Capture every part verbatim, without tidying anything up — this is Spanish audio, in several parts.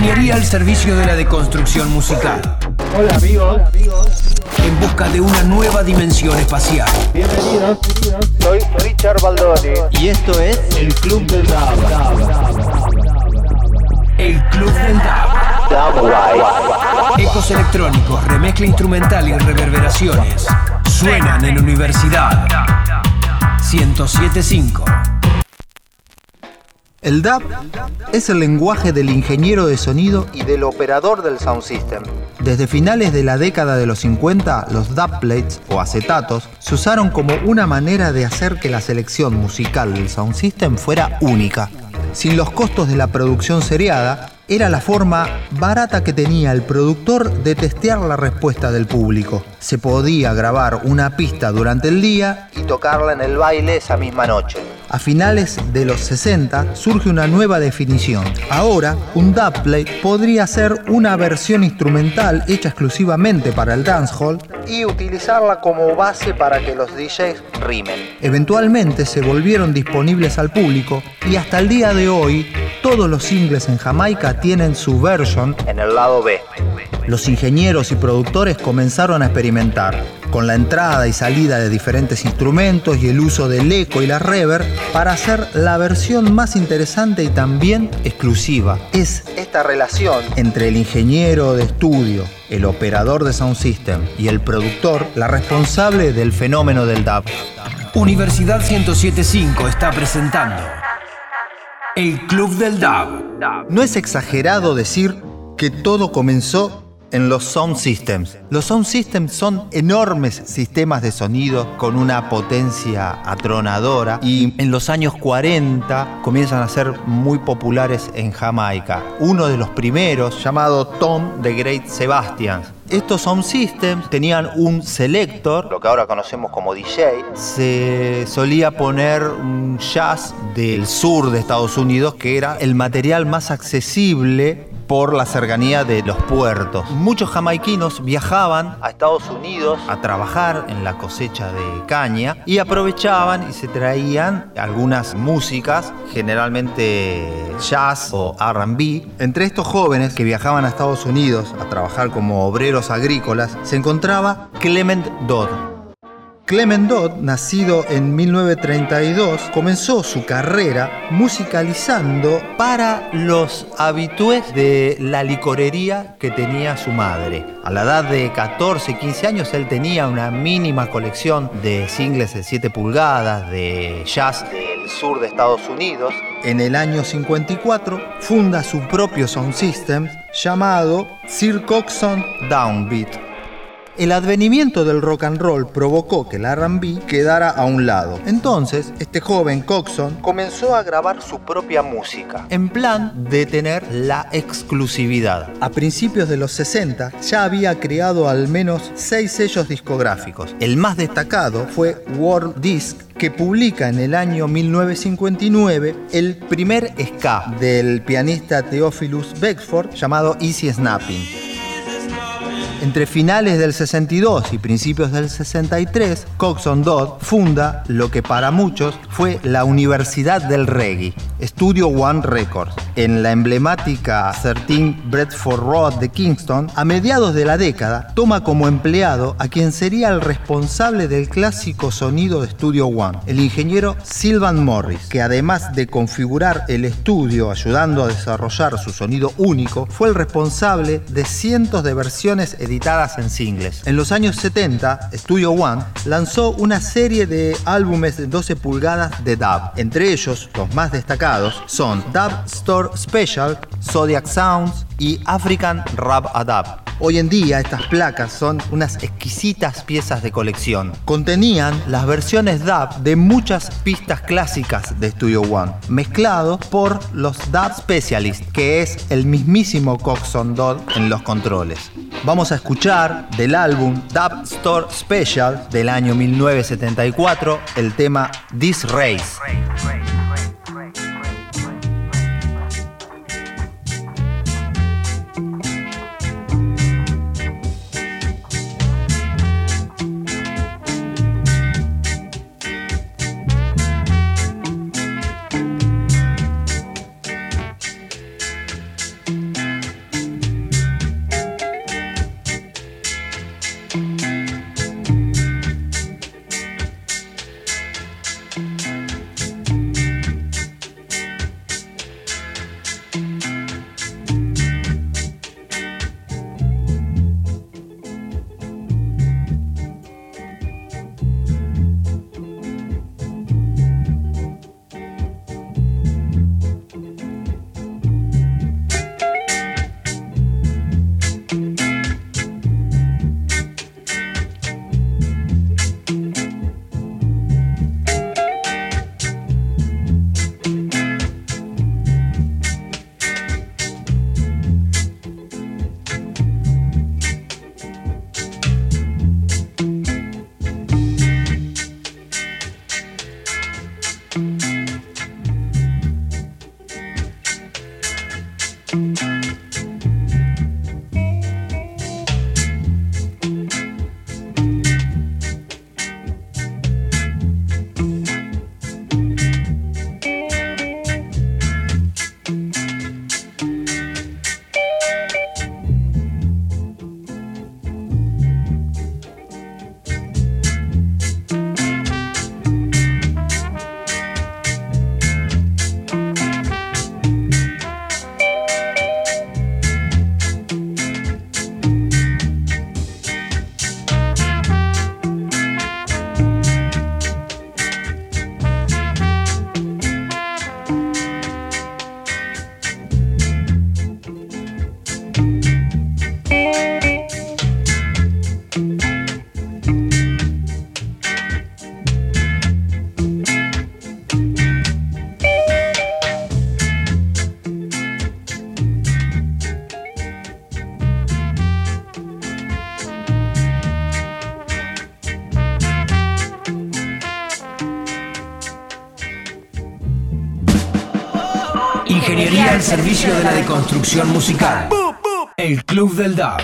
Ingeniería al servicio de la deconstrucción musical. Hola amigos. Hola, amigos. En busca de una nueva dimensión espacial. Bienvenidos. Soy Richard Baldoni. Y esto es el Club del D A B. El Club del D A B. Ecos electrónicos, remezcla instrumental y reverberaciones suenan en Universidad ciento siete punto cinco. El D A B es el lenguaje del ingeniero de sonido y del operador del sound system. Desde finales de la década de los cincuenta, los D A B plates o acetatos se usaron como una manera de hacer que la selección musical del sound system fuera única. Sin los costos de la producción seriada, era la forma barata que tenía el productor de testear la respuesta del público. Se podía grabar una pista durante el día y tocarla en el baile esa misma noche. A finales de los sesenta surge una nueva definición. Ahora, un D A B plate podría ser una versión instrumental hecha exclusivamente para el dancehall y utilizarla como base para que los D Js rimen. Eventualmente se volvieron disponibles al público y hasta el día de hoy todos los singles en Jamaica tienen su version en el lado B. Los ingenieros y productores comenzaron a experimentar con la entrada y salida de diferentes instrumentos y el uso del eco y la reverb para hacer la versión más interesante y también exclusiva. Es esta relación entre el ingeniero de estudio, el operador de sound system y el productor la responsable del fenómeno del D A B. Universidad ciento siete punto cinco está presentando el Club del D A B. No es exagerado decir que todo comenzó en los sound systems. Los sound systems son enormes sistemas de sonido con una potencia atronadora y en los años cuarenta comienzan a ser muy populares en Jamaica. Uno de los primeros, llamado Tom the Great Sebastian. Estos sound systems tenían un selector, lo que ahora conocemos como D J. Se solía poner un jazz del sur de Estados Unidos, que era el material más accesible por la cercanía de los puertos. Muchos jamaiquinos viajaban a Estados Unidos a trabajar en la cosecha de caña y aprovechaban y se traían algunas músicas, generalmente jazz o R and B. Entre estos jóvenes que viajaban a Estados Unidos a trabajar como obreros agrícolas se encontraba Clement Dodd. Clement Dodd, nacido en mil novecientos treinta y dos, comenzó su carrera musicalizando para los habitués de la licorería que tenía su madre. A la edad de catorce, quince años, él tenía una mínima colección de singles de siete pulgadas, de jazz del sur de Estados Unidos. En el año cincuenta y cuatro funda su propio sound system llamado Sir Coxsone Downbeat. El advenimiento del rock and roll provocó que el R and B quedara a un lado. Entonces, este joven Coxsone comenzó a grabar su propia música, en plan de tener la exclusividad. A principios de los sesenta ya había creado al menos seis sellos discográficos. El más destacado fue World Disc, que publica en el año mil novecientos cincuenta y nueve el primer ska del pianista Theophilus Beckford llamado Easy Snapping. Entre finales del sesenta y dos y principios del sesenta y tres, Coxsone Dodd funda lo que para muchos fue la Universidad del Reggae, Studio One Records, en la emblemática trece Bradford Road de Kingston. A mediados de la década, toma como empleado a quien sería el responsable del clásico sonido de Studio One, el ingeniero Sylvan Morris, que además de configurar el estudio ayudando a desarrollar su sonido único, fue el responsable de cientos de versiones editadas editadas en singles. En los años setenta, Studio One lanzó una serie de álbumes de doce pulgadas de D A B. Entre ellos, los más destacados son D A B Store Special, Zodiac Sounds y African Rap A D A B. Hoy en día estas placas son unas exquisitas piezas de colección. Contenían las versiones D A B de muchas pistas clásicas de Studio One, mezclados por los D A B Specialist, que es el mismísimo Coxsone Dodd en los controles. Vamos a escuchar del álbum D A B Store Special del año mil novecientos setenta y cuatro el tema This Race. Ingeniería al servicio de la deconstrucción musical. El Club del Dub.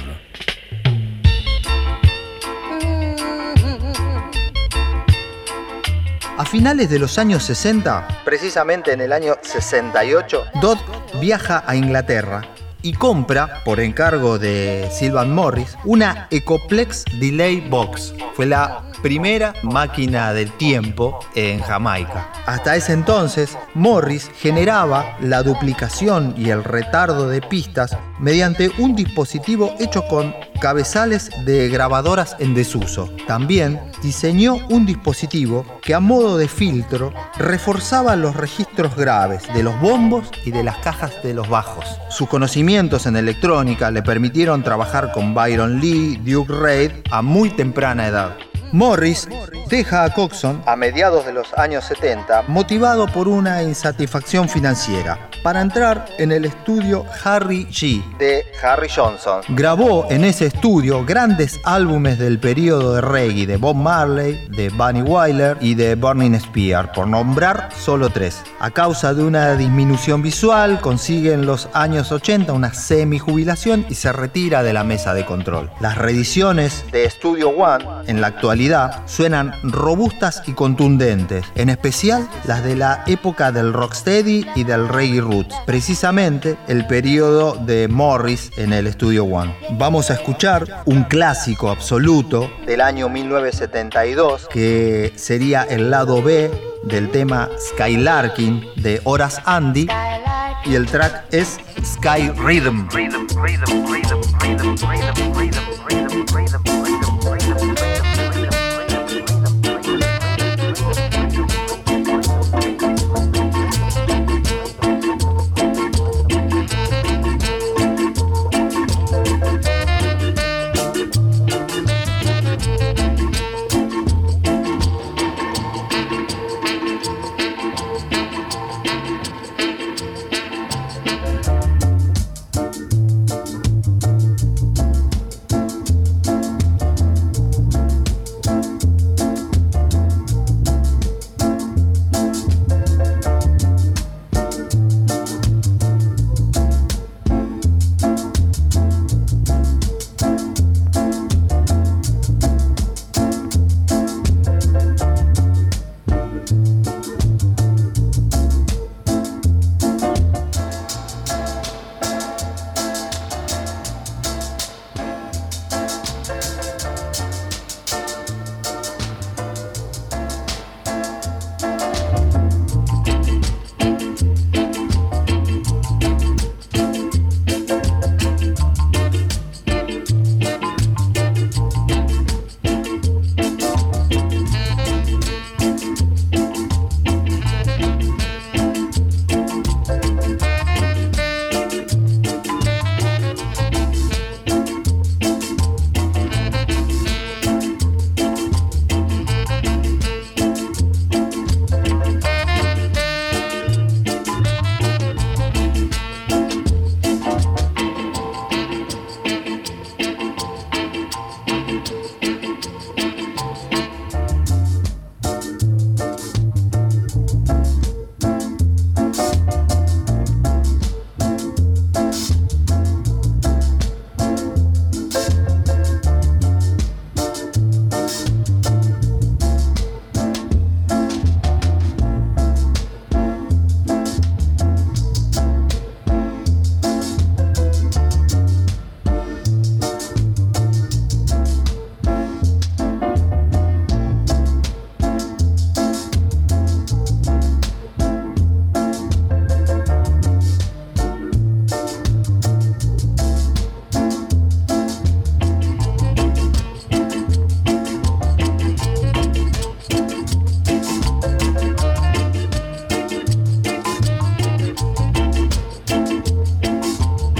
A finales de los años sesenta, precisamente en el año sesenta y ocho, Dodd viaja a Inglaterra y compra, por encargo de Sylvan Morris, una Echoplex Delay Box. Fue la primera máquina del tiempo en Jamaica. Hasta ese entonces, Morris generaba la duplicación y el retardo de pistas mediante un dispositivo hecho con cabezales de grabadoras en desuso. También diseñó un dispositivo que, a modo de filtro, reforzaba los registros graves de los bombos y de las cajas de los bajos. Sus conocimientos en electrónica le permitieron trabajar con Byron Lee, Duke Reid a muy temprana edad. Morris deja a Coxon a mediados de los años setenta, motivado por una insatisfacción financiera, para entrar en el estudio Harry G de Harry Johnson. Grabó en ese estudio grandes álbumes del periodo de reggae de Bob Marley, de Bunny Wailer y de Burning Spear, por nombrar solo tres. A causa de una disminución visual, consigue en los años ochenta una semi-jubilación y se retira de la mesa de control. Las reediciones de Studio One en la actualidad suenan robustas y contundentes, en especial las de la época del rocksteady y del reggae roots, precisamente el periodo de Morris en el Studio One. Vamos a escuchar un clásico absoluto del año mil novecientos setenta y dos, que sería el lado B del tema Skylarking de Horace Andy, y el track es Sky Rhythm. Rhythm, rhythm, rhythm, rhythm, rhythm, rhythm, rhythm, rhythm.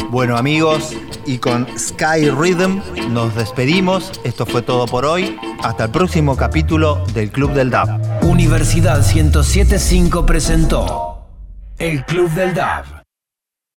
Bueno amigos, y con Sky Rhythm nos despedimos. Esto fue todo por hoy. Hasta el próximo capítulo del Club del Dub. Universidad ciento siete punto cinco presentó El Club del Dub.